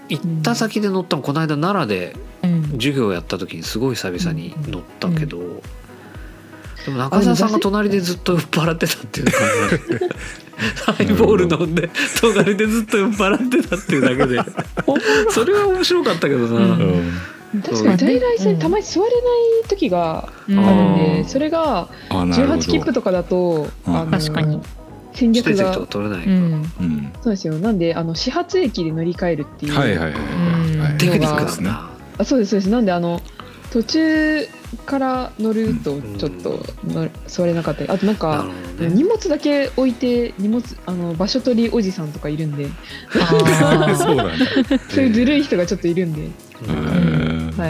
行った先で乗ったのこの間奈良で授業をやった時にすごい久々に乗ったけど、でも中澤さんが隣でずっと酔っ払ってたっていう感じでハイボール飲んで隣でずっと酔っ払ってたっていうだけでそれは面白かったけどな、 確かに在来線たまに座れない時があるんで、それが18切符とかだと確かに戦略が取れない、 そうですよ。なんで始発駅で乗り換えるっていうテクニックですね。 そうですそうです。なんで途中から乗るとちょっと座れなかったり、あとなんか荷物だけ置いて場所取りおじさんとかいるんで、そういうずるい人がちょっといるんで、はい、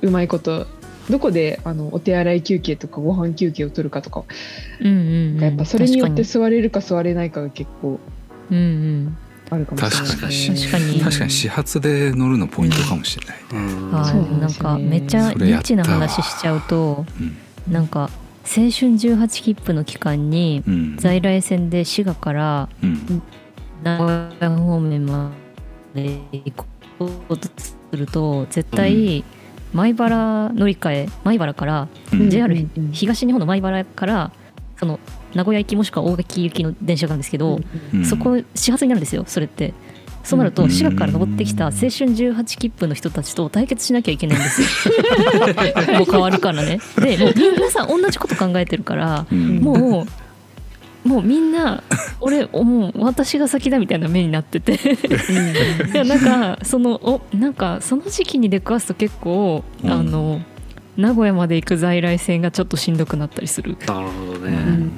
うまいことどこでお手洗い休憩とかご飯休憩を取るかとか、やっぱそれによって座れるか座れないかが結構あるかもしれないですね。 確かに始発で乗るのポイントかもしれないね。 なんかめっちゃニッチな話しちゃうと、なんか青春18切符の期間に在来線で滋賀から名古屋方面まで行こうとすると絶対米原乗り換え、米原から JR 東日本の米原からその名古屋行きもしくは大垣行きの電車があるんですけど、そこ始発になるんですよ。それってそうなると滋賀から登ってきた青春18切符の人たちと対決しなきゃいけないんですよもう変わるからね。でもう皆さん同じこと考えてるから、もうみんなもう私が先だみたいな目になってていやなんかその時期に出くわすと結構名古屋まで行く在来線がちょっとしんどくなったりする。 なるほどね。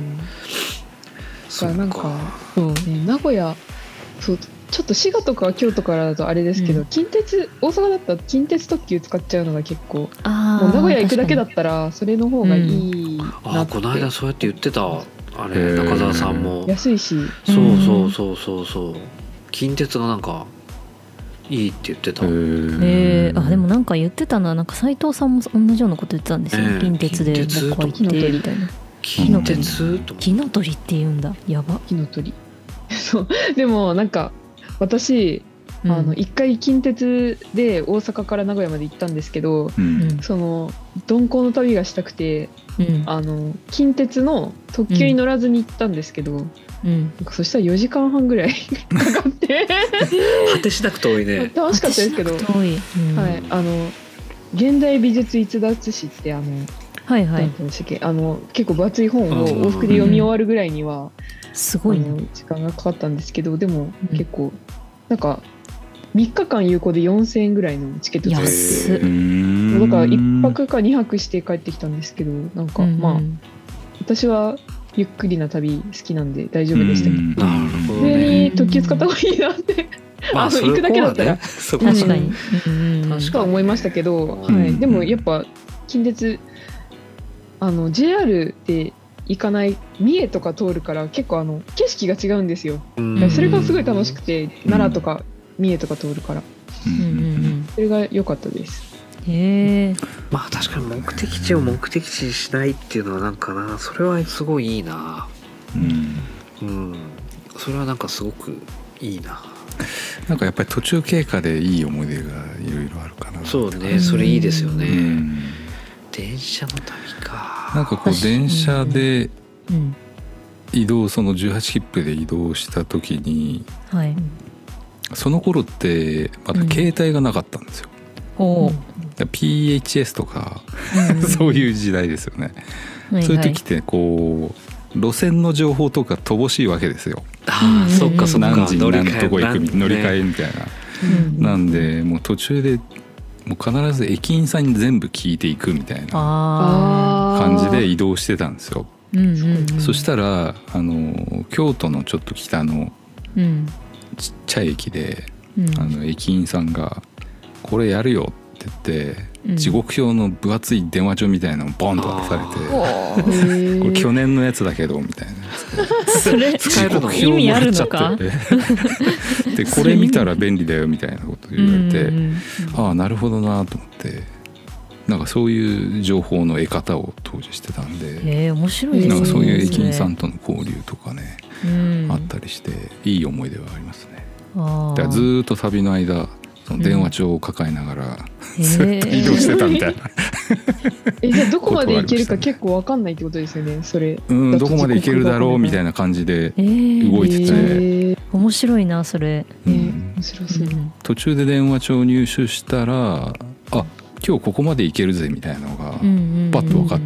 なんか名古屋ちょっと滋賀とか京都からだとあれですけど、近鉄大阪だったら近鉄特急使っちゃうのが結構、もう名古屋行くだけだったらそれの方がいいなって。 この間そうやって言ってたあれ中澤さんも安いし、 そう近鉄がなんかいいって言ってた。 でもなんか言ってたな、なんか斉藤さんも同じようなこと言ってたんですよ。近鉄で僕は行ってみたいな。 近鉄木の鳥って言うんだ。やば。 木の鳥そうでもなんか私一回近鉄で大阪から名古屋まで行ったんですけど、その鈍行の旅がしたくて、近鉄の特急に乗らずに行ったんですけど、なんかそしたら4時間半ぐらいかかって果てしなく遠いね。 楽しかったですけど、現代美術逸脱史って結構分厚い本を往復で読み終わるぐらいにはすごい時間がかかったんですけど、でも結構なんか3日間有効で4000円ぐらいのチケット使って、だから1泊か2泊して帰ってきたんですけど、なんか私はゆっくりな旅好きなんで大丈夫でしたけど、普通に特急使った方がいいなって行くだけだったら確かにとは思いましたけど、でもやっぱ近鉄JR で行かない三重とか通るから結構景色が違うんですよ。それがすごい楽しくて、奈良とか三重とか通るから、それが良かったです。 確かに目的地を目的地にしないっていうのはなんかな、それはすごいいいな。それはなんかすごくいいな。 なんかやっぱり途中経過でいい思い出がいろいろあるかな。 そうね、それいいですよね。電車の旅か。 なんかこう電車で移動、その18切符で移動した時に、その頃ってまだ携帯がなかったんですよ。PHS とかそういう時代ですよね。そういう時ってこう路線の情報とか乏しいわけですよ。 そっかそっか。 何時に何とこ行く乗り換えみたいな。なんでもう途中でもう必ず駅員さんに全部聞いていくみたいな感じで移動してたんですよ。そしたら京都のちょっと北のちっちゃい駅で、駅員さんがこれやるよって言って、時刻表の分厚い電話帳みたいなのをボンと渡されて、これ去年のやつだけどみたいなそれ時刻表もやっちゃってでこれ見たら便利だよみたいなこと言われて、ああなるほどなと思って、なんかそういう情報の得方を当時してたんで、 面白いですね。 なんかそういう駅員さんとの交流とかね、あったりしていい思い出はありますね。 だからずっと旅の間その電話帳を抱えながら、ずっと移動してたみたいなじゃあどこまで行けるか結構分かんないってことですよねそれ。 どこまで行けるだろうみたいな感じで動いてて、 面白いなそれ。 面白そう。 途中で電話帳入手したら、あ、今日ここまで行けるぜみたいなのがパッと分かって、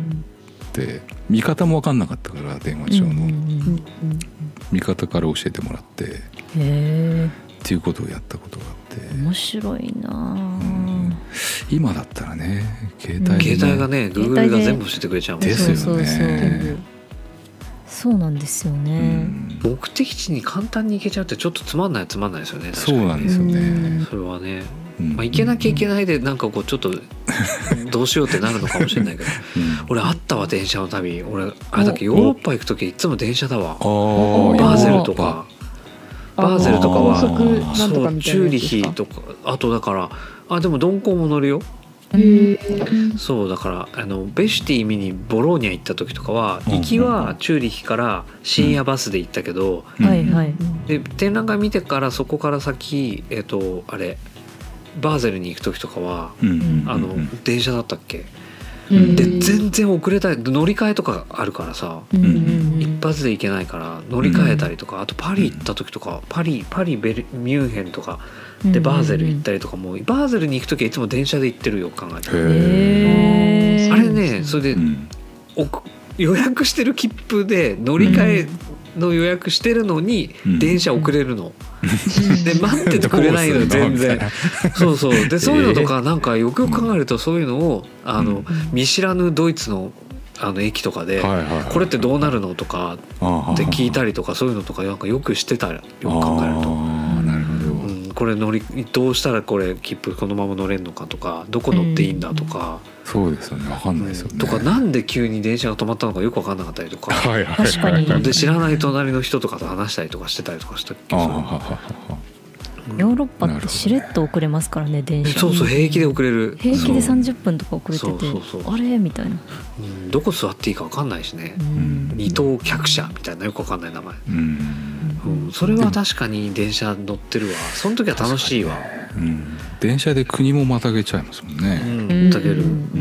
見方も分かんなかったから電話帳の見方から教えてもらってっていうことをやったことがあって。 面白いな、 今だったらね携帯がね Google が全部教えてくれちゃうもんね。 ですよね。 そうなんですよね、 目的地に簡単に行けちゃうってちょっとつまんないですよね。 そうなんですよね。 それはね、行けなきゃいけないでなんかこうちょっとどうしようってなるのかもしれないけど、俺あったわ電車の旅。俺あれだけヨーロッパ行く時いつも電車だわ。バーゼルとかはそうチューリヒとか、あとだからでも鈍行も乗るよ。そうだからベシュティ見にボローニャ行った時とかは、行きはチューリヒから深夜バスで行ったけど、で展覧会見てからそこから先あれバーゼルに行く時とかは、電車だったっけ、で全然遅れたり乗り換えとかあるからさ、一発で行けないから乗り換えたりとか、あとパリ行った時とかパリミュンヘンとかでバーゼル行ったりとかも、バーゼルに行く時はいつも電車で行ってるよ考えて。あれね、それで、予約してる切符で乗り換えの予約してるのに電車遅れるの、で待っててくれないのよ全然。そうそうでそういうのとかなんかよくよく考えると、そういうのを見知らぬドイツの駅とかでこれってどうなるのとかって聞いたりとか、そういうのとかなんかよくしてたよく考えると。 なるほど。 これどうしたらこれ切符このまま乗れるのかとか、どこ乗っていいんだとか、 そうですよね、分かんないですよね。 とかなんで急に電車が止まったのかよく分かんなかったりとか、 確かに。 で知らない隣の人とかと話したりとかしてたりとかしたっけ。 ヨーロッパってしれっと遅れますからね電車。 そうそう平気で遅れる。 平気で30分とか遅れてて、あれみたいな、 どこ座っていいか分かんないしね、二等客車みたいなよく分かんない名前。それは確かに電車乗ってるわ。その時は楽しいわ。 電車で国もまたげちゃいますもんね。 またげる。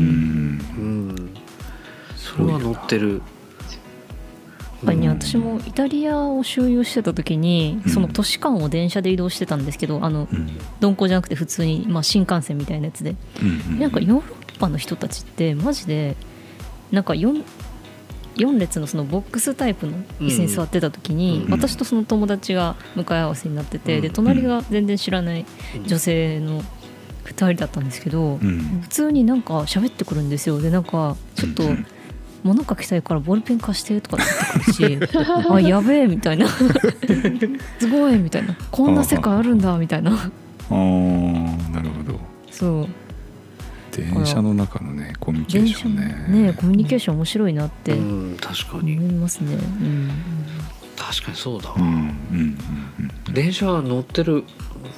それは乗ってる。 やっぱりね、私もイタリアを周遊してた時に、その都市間を電車で移動してたんですけど、鈍行じゃなくて普通に、新幹線みたいなやつで、なんかヨーロッパの人たちってマジでなんか4列のそのボックスタイプの椅子に座ってた時に、私とその友達が向かい合わせになってて、で隣が全然知らない女性の2人だったんですけど、普通になんか喋ってくるんですよ。でなんかちょっと物書きたいからボールペン貸してとかって言ってくるしあやべえみたいなすごいみたいな、こんな世界あるんだみたいな。 なるほど。 そう電車の中のねコミュニケーションねコミュニケーション面白いなって確かに思いますね。 確かにそうだわ。電車は乗ってる。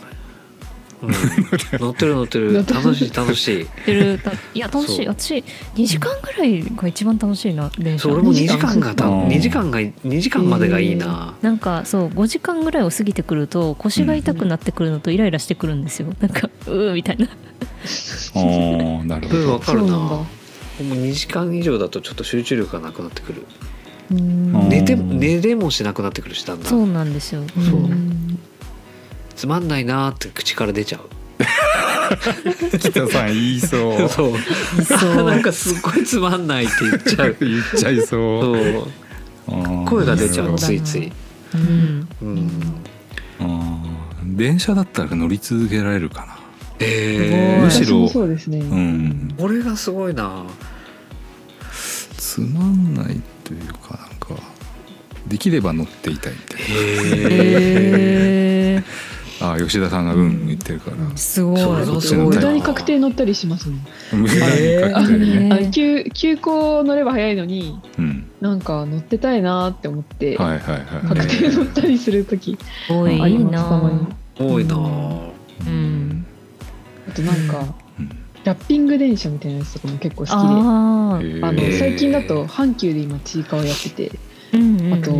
乗ってる楽しいいや楽しい。私2時間ぐらいが一番楽しいな電車。 そう俺も2時間までがいいな。 なんかそう5時間ぐらいを過ぎてくると腰が痛くなってくるのとイライラしてくるんですよ。なんかみたいな。 なるほど。 分かるな。もう2時間以上だとちょっと集中力がなくなってくる。寝れもしなくなってくるしだんだん。 そうなんですよ。 つまんないなーって口から出ちゃう。 北さん言いそう。 そうなんかすっごいつまんないって言っちゃう。 言っちゃいそう。 声が出ちゃうついつい。 電車だったら乗り続けられるかな。 むしろそうですね。 俺がすごいな。 つまんないというかなんかできれば乗っていたいみたいな。吉田さんが言ってるから。 すごい。 無駄に確定乗ったりしますね。 無駄に確定ね。 急行乗れば早いのに、なんか乗ってたいなって思って確定乗ったりする時多いな。 多いな。 あとなんかラッピング電車みたいなやつとかも結構好きで、最近だと阪急で今ちいかわやってて、あと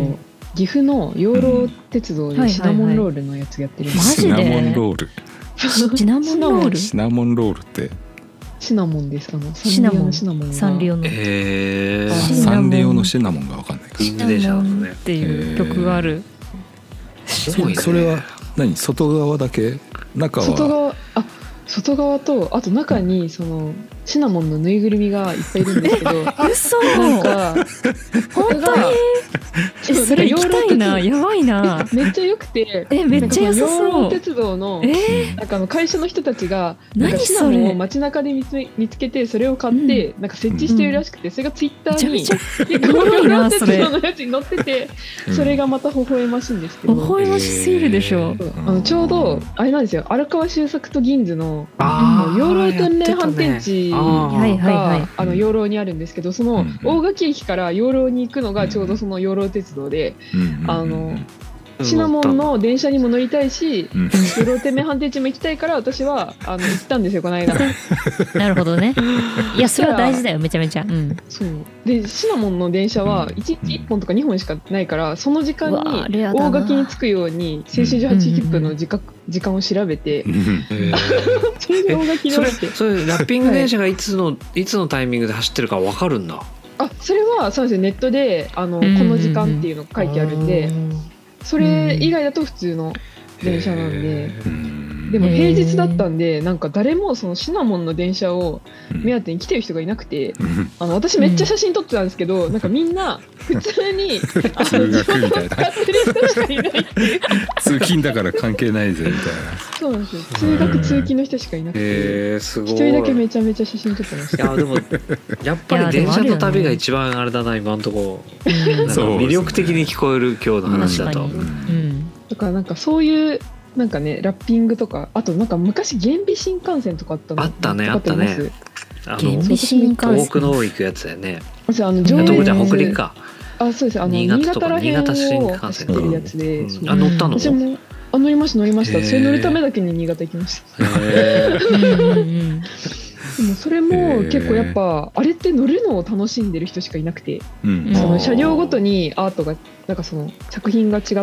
岐阜の養老鉄道でシナモンロールのやつやってるんです。 マジでシナモンロール。 シナモンロール。 シナモンロールってシナモンです。 シナモン。 シナモンがサンリオの。 サンリオのシナモンがわかんないか。 イング電車なんね。 っていう曲がある。 すごいね。 それは何？外側だけ？中は？ 外側とあと中にそのシナモンのぬいぐるみがいっぱいいるんですけど、 嘘なんか本当にそれ行きたいな。やばいな。 めっちゃ良くて、 めっちゃ良さそう。 養老鉄道のなんか会社の人たちがなんかシナモンを街中で見つけてそれを買ってなんか設置してるらしくて、それがツイッターに養老鉄道のやつに載ってて、それがまた微笑ましいんですけど、 微笑ましすぎるでしょ。 ちょうどあれなんですよ、荒川修作と銀図の養老天然反転地が養老にあるんですけど、その大垣駅から養老に行くのがちょうどその養老鉄道で、シナモンの電車にも乗りたいし、養老天然反転地も行きたいから私は行ったんですよこの間。 なるほどね。いやそれは大事だよ、めちゃめちゃ。 そうでシナモンの電車は1日1本とか2本しかないから、その時間に大垣に着くように青春18切符の時間を調べて、それで大垣に降りて、 それラッピング電車がいつのタイミングで走ってるか分かるんだ。 それはそうですね、ネットでこの時間っていうのが書いてあるんで、それ以外だと普通の電車なんで、でも平日だったんでなんか誰もそのシナモンの電車を目当てに来てる人がいなくて、私めっちゃ写真撮ってたんですけど、なんかみんな普通に通学みたいな、 使ってる人しかいないっていう通勤だから関係ないぜみたいな。 そうなんですよ、通学通勤の人しかいなくて、 すごい。 一人だけめちゃめちゃ写真撮ってました。 いやでもやっぱり電車と旅が一番あれだな今のところ、魅力的に聞こえる今日の話だと。 だからなんかそういうなんかねラッピングとか、あとなんか昔厳美新幹線とかあったの。 あったね。 厳美新幹線遠くの方行くやつだよね。 じゃあ北陸か。 そうです。新潟ら辺を走ってるやつで、 乗ったの？ 私も乗りました。それ乗るためだけに新潟行きました。でもそれも結構やっぱあれって乗るのを楽しんでる人しかいなくて、その車両ごとにアートがなんかその作品が違って、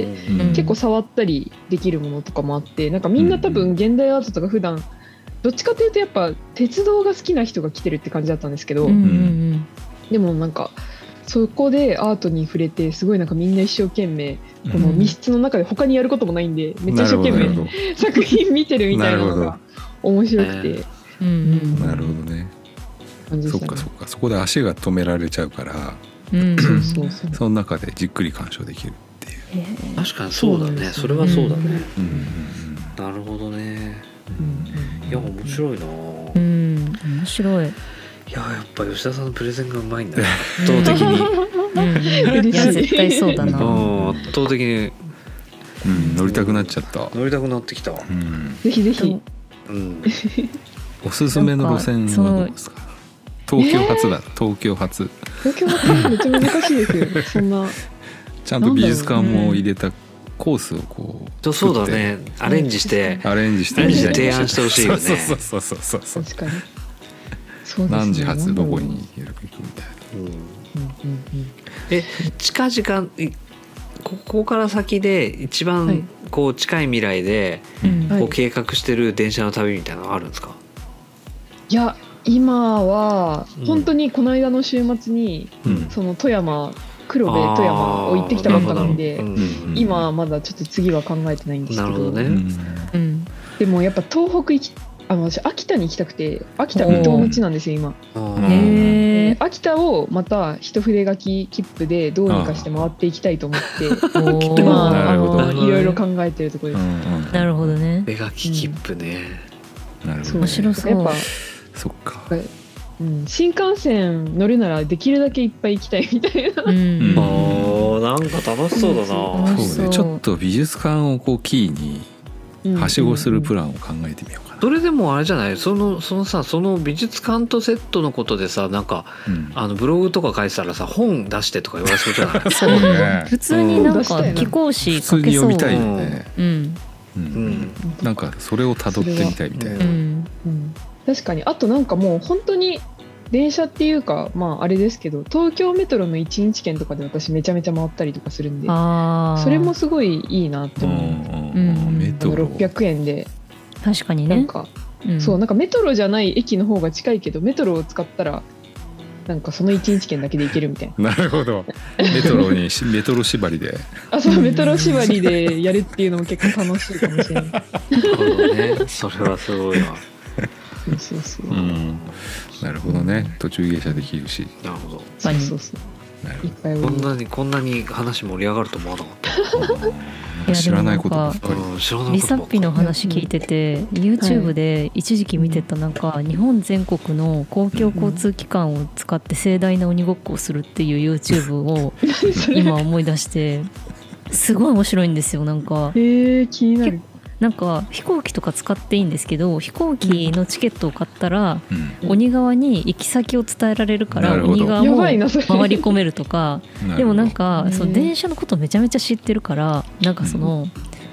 結構触ったりできるものとかもあって、なんかみんな多分現代アートとか普段どっちかというとやっぱ鉄道が好きな人が来てるって感じだったんですけど、でもなんかそこでアートに触れてすごいなんかみんな一生懸命この密室の中で他にやることもないんでめっちゃ一生懸命作品見てるみたいなのが面白くて。 なるほどね。そっかそこで足が止められちゃうから、その中でじっくり鑑賞できるっていう。 確かにそうだね。それはそうだね。なるほどね。いや面白いな。 面白い。 いややっぱ吉田さんのプレゼンがうまいんだよ。圧倒的に。 いや絶対そうだな。 圧倒的に。 乗りたくなっちゃった。 乗りたくなってきた。 ぜひぜひ。 おすすめの路線はどうですか？東京発だ。東京発めっちゃ難しいですよ。そんなちゃんと美術館も入れたコースをこうそうだね、アレンジして提案してほしいよね。 そう確かに。 何時発どこに行くみたいな。近々ここから先で一番こう近い未来でこう計画してる電車の旅みたいなのあるんですか？ いや今は本当にこの間の週末にその黒部富山を行ってきたかったので、今はまだちょっと次は考えてないんですけど。なるほどね。でもやっぱ東北私秋田に行きたくて、秋田未踏の地なんですよ今。秋田をまた一筆書き切符でどうにかして回っていきたいと思って今いろいろ考えてるところです。 なるほどね。 筆書き切符ね。 面白そう。 やっぱそっか。 新幹線乗るならできるだけいっぱい行きたいみたいな。 なんか楽しそうだな。 そうね。ちょっと美術館をこうキーにはしごするプランを考えてみようかな。 それでもあれじゃない、その美術館とセットのことでさ、なんかブログとか書いてたらさ本出してとか言われそうじゃない？ そうね。 普通になんか寄稿紙書けそう。 普通に読みたいよね。なんかそれを辿ってみたいみたいな。 確かに。あとなんかもう本当に電車っていうかまああれですけど、東京メトロの1日券とかで私めちゃめちゃ回ったりとかするんで、それもすごいいいなって思う。メトロ600円で確かにね、 なんか、そうなんかメトロじゃない駅の方が近いけど、メトロを使ったらなんかその1日券だけで行けるみたいな。なるほど。メトロ縛りで。 そうメトロ縛りでやるっていうのも結構楽しいかもしれない。なるほどね。それはすごいな。 そうそう。 なるほどね。途中下車できるし。 なるほど。 そうそうそう。いっぱいこんなに話盛り上がると思わなかった。 知らないことばっかり。 リサッピの話聞いてて、YouTube で一時期見てたなんか日本全国の公共交通機関を使って盛大な鬼ごっこをするっていう YouTube を今思い出して、すごい面白いんですよ。なんか気になる。 なんか飛行機とか使っていいんですけど、飛行機のチケットを買ったら、鬼側に行き先を伝えられるから、鬼側も回り込めるとか。でもなんかその電車のことめちゃめちゃ知ってるから、なんかその、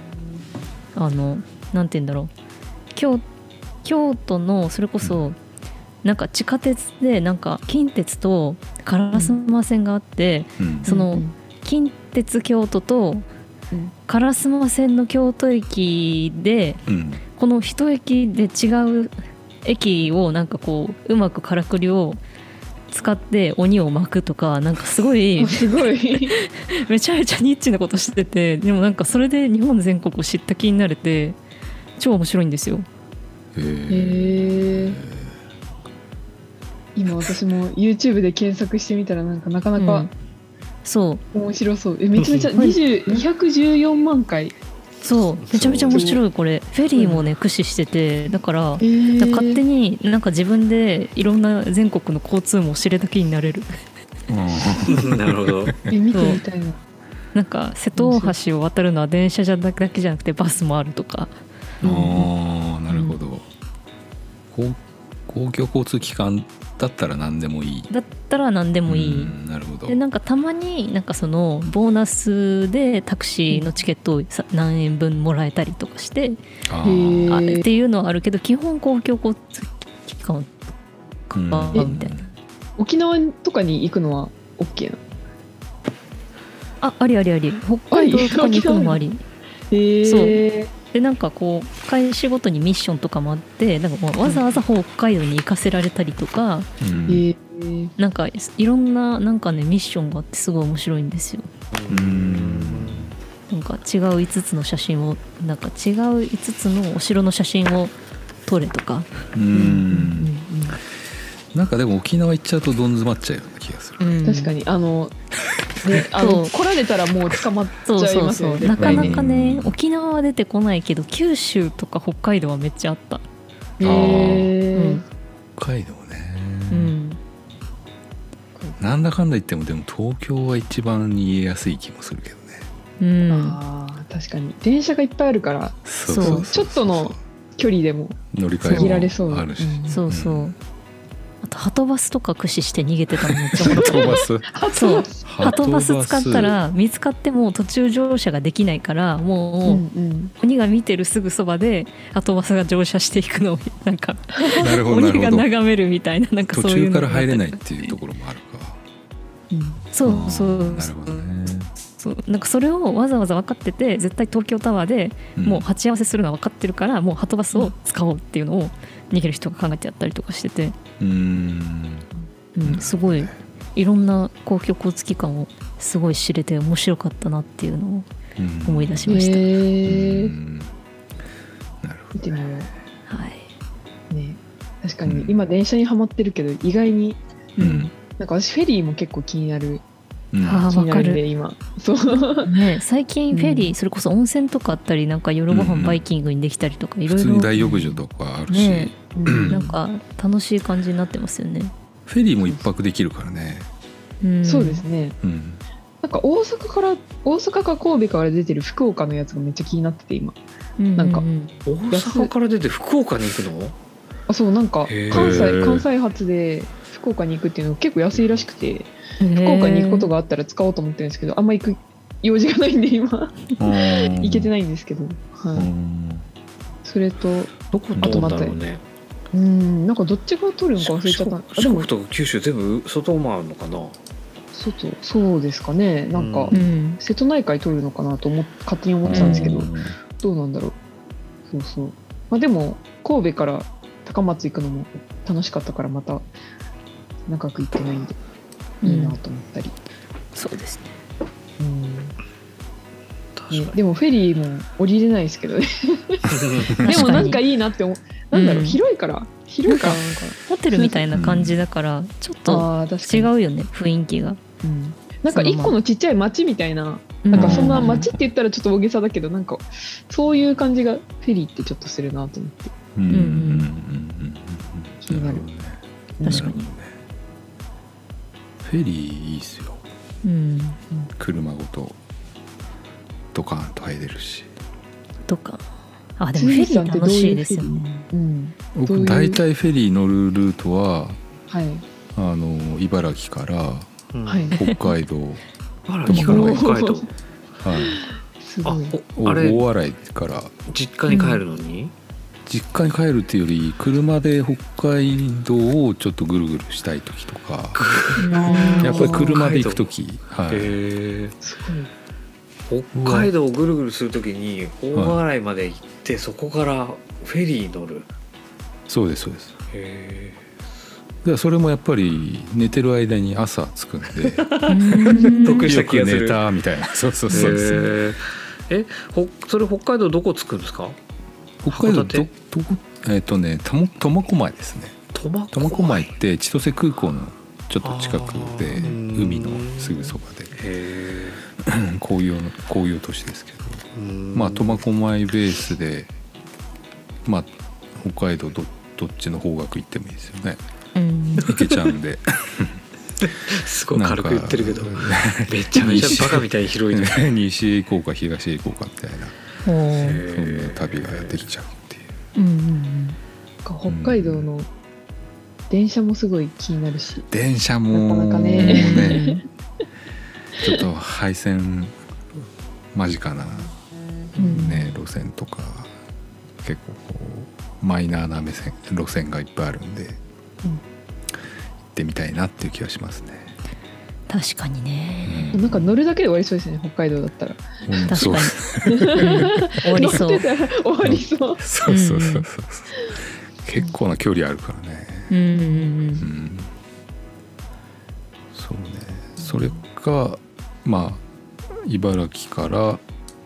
なんて言うんだろう、京都のそれこそなんか地下鉄でなんか近鉄と烏丸線があって、その近鉄京都と烏丸線の京都駅で、この一駅で違う駅をなんかこううまくからくりを使って鬼を巻くとか、なんかすごいめちゃめちゃニッチなことしてて、でもなんかそれで日本全国を知った気になれて超面白いんですよ。 今私も YouTube で検索してみたらなんかなかなか、 そう面白そう。めちゃめちゃ214万回。 そうめちゃめちゃ面白い。これフェリーもね駆使してて、だから勝手になんか自分でいろんな全国の交通網を知れた気になれる。 なるほど。 見てみたいな。 なんか瀬戸大橋を渡るのは電車だけじゃなくてバスもあるとか。 なるほど。公共交通機関だったら何でもいい。 だったら何でもいい。 なるほど。 でなんかたまになんかそのボーナスでタクシーのチケットを何円分もらえたりとかしてっていうのはあるけど、基本公共交通機関かみたいな。 沖縄とかに行くのは OK な？ あり。北海道とかに行くのもあり。そうでなんかこう開始ごとにミッションとかもあって、なんかもうわざわざ北海道に行かせられたりとか、なんかいろんななんかねミッションがあってすごい面白いんですよ。なんか違う5つの写真をなんか違う5つのお城の写真を撮れとか。 なんかでも沖縄行っちゃうとどん詰まっちゃうような気がする。 確かに来られたらもう捕まっちゃいますよね。 なかなかね沖縄は出てこないけど、九州とか北海道はめっちゃあった。 北海道ね。なんだかんだ言ってもでも東京は一番逃げやすい気もするけどね。 確かに電車がいっぱいあるから、ちょっとの距離でも乗り換えもあるし。 そう。あとハトバスとか駆使して逃げてたのめっちゃ面白い。ハトバス使ったら見つかっても途中乗車ができないから、もう鬼が見てるすぐそばでハトバスが乗車していくのをなんか鬼が眺めるみたいな、なんかそういうの途中から入れないっていうところもあるか。 そうなるほどね。 なんかそれをわざわざ分かってて、絶対東京タワーでもう鉢合わせするのは分かってるから、もうハトバスを使おうっていうのを逃げる人が考えてやったりとかしてて、すごいいろんな公共交通機関をすごい知れて面白かったなっていうのを思い出しました。 なるほど。 見てみよう。 はいね、確かに今電車にはまってるけど、意外になんか私フェリーも結構気になる。 わかる。 今そうね、最近フェリー、それこそ温泉とかあったり、なんか夜ご飯バイキングにできたりとか、いろいろ普通に大浴場とかあるし、 なんか楽しい感じになってますよね。 フェリーも一泊できるからね。 そうですね。なんか大阪か神戸から出てる福岡のやつがめっちゃ気になってて今。なんか大阪から出て福岡に行くの？ そう、なんか関西発で福岡に行くっていうの結構安いらしくて、福岡に行くことがあったら使おうと思ってるんですけど、あんま行く用事がないんで今行けてないんですけど、それとどこ通るんだろうね。 なんかどっちが取るのか忘れちゃった。 四国とか九州全部外回るのかな。 そうですかね。なんか、瀬戸内海取るのかなと勝手に思ってたんですけど、どうなんだろう。まあでも神戸から高松行くのも楽しかったから、また長く行ってないんでいいなと思ったり。 そうですね。 でもフェリーも降りれないですけどね。でもなんかいいなってなんだろう、広いからホテルみたいな感じだからちょっと違うよね、雰囲気が。 なんか一個のちっちゃい町みたいな、なんかそんな町って言ったらちょっと大げさだけど、なんかそういう感じがフェリーってちょっとするなと思って。気になる。 確かに。 フェリーいいっすよ。車ごとドカーンと入れるし。 でもフェリー楽しいですよね。 僕大体フェリー乗るルートは、茨城から北海道、 茨城から北海道、 すごい。 大洗から実家に帰るのに、 実家に帰るっていうより車で北海道をちょっとぐるぐるしたい時とか、やっぱり車で行く時、 すごい。 北海道をぐるぐるするときに大洗まで行って、そこからフェリー乗る。 そうです。それもやっぱり寝てる間に朝着くんで得した気がする。 よく寝たみたいな。そうそれ北海道どこ着くんですか？ 北海道苫小牧ですね。苫小牧って千歳空港のちょっと近くで、海のすぐそばで紅葉都市ですけど、まあ苫小牧ベースで、まあ北海道どっちの方角行ってもいいですよね。行けちゃうんで。 すごい軽く言ってるけど、めちゃめちゃバカみたいに広いね。 西へ行こうか東へ行こうかみたいな、そんな旅がやってきちゃうっていう。 北海道の電車もすごい気になるし、 電車もなかなかねちょっと廃線間近な、路線とか結構こうマイナーな路線がいっぱいあるんで、行ってみたいなっていう気がしますね。 確かにね、 なんか乗るだけで終わりそうですね、北海道だったら。 確かに終わりそう。 終わりそう。 そう結構な距離あるからね。そうね。それかまあ茨城から、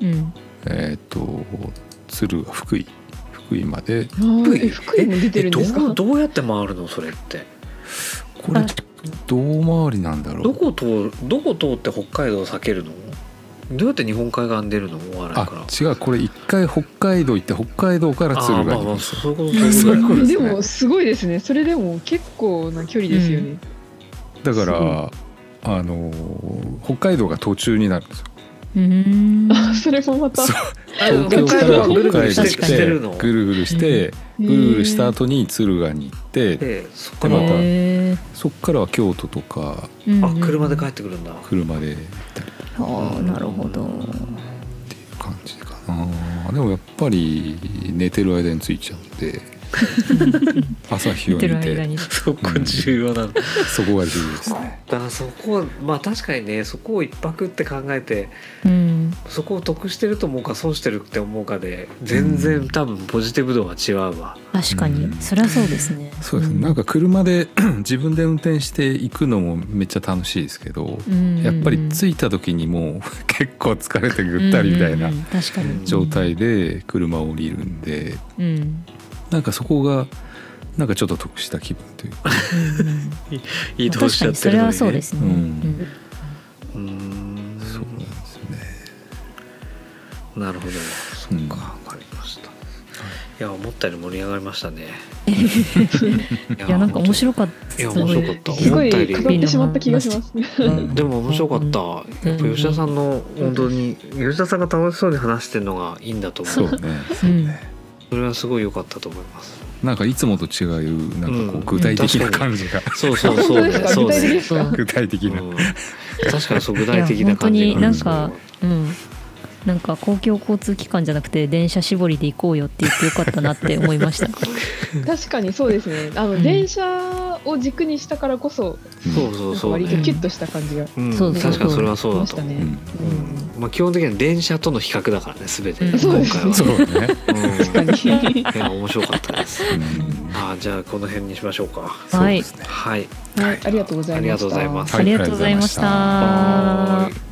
敦賀福井まで。 福井も出てるんですか？ どうやって回るのそれって？ これどう回りなんだろう。 どこ通って北海道を避けるの？どうやって日本海側に出るの？大洗から。 違う、これ一回北海道行って北海道から敦賀に行く。 そういうことでもすごいですね。それでも結構な距離ですよね。 だから北海道が途中になるんですよ。 それもまた東京から北海道してぐるぐるしてぐるぐるした後に敦賀に行って、でまたそっからは京都とか、 車で帰ってくるんだ。 車で行ったり。 なるほど。 っていう感じかな。でもやっぱり寝てる間に着いちゃうんで朝日を見て、 そこ重要なの。 そこが重要ですね。 だからそこまあ確かにね、そこを一泊って考えて、そこを得してると思うか損してるって思うかで全然多分ポジティブ度は違うわ。 確かにそりゃそうですね。 そうですね。なんか車で自分で運転して行くのもめっちゃ楽しいですけど、やっぱり着いた時にもう結構疲れてぐったりみたいな状態で車を降りるんで、なんかそこがなんかちょっと得した気分というか移動しちゃってるのにね。 それはそうですね。 そうなんですね。 なるほど。そっか、わかりました。いや思ったより盛り上がりましたね。 いやなんか面白かった。 いや面白かった。 すごい語ってしまった気がします。 でも面白かった。やっぱ吉田さんの本当に吉田さんが楽しそうに話してるのがいいんだと思う。 そうね。 それはすごい良かったと思います。 なんかいつもと違うなんかこう具体的な感じが、 そう具体的な、 確かにそう具体的な感じが。 本当になんかなんか公共交通機関じゃなくて電車絞りで行こうよって言ってよかったなって思いました確かにそうですね。電車を軸にしたからこそ、割とキュッとした感じが、 確かにそれはそうだと思う。まあ基本的には電車との比較だからね、全て今回は。 そうね。 確かに。 いや面白かったです。じゃあこの辺にしましょうか。 はい。 はい。ありがとうございました。 ありがとうございます。 ありがとうございました。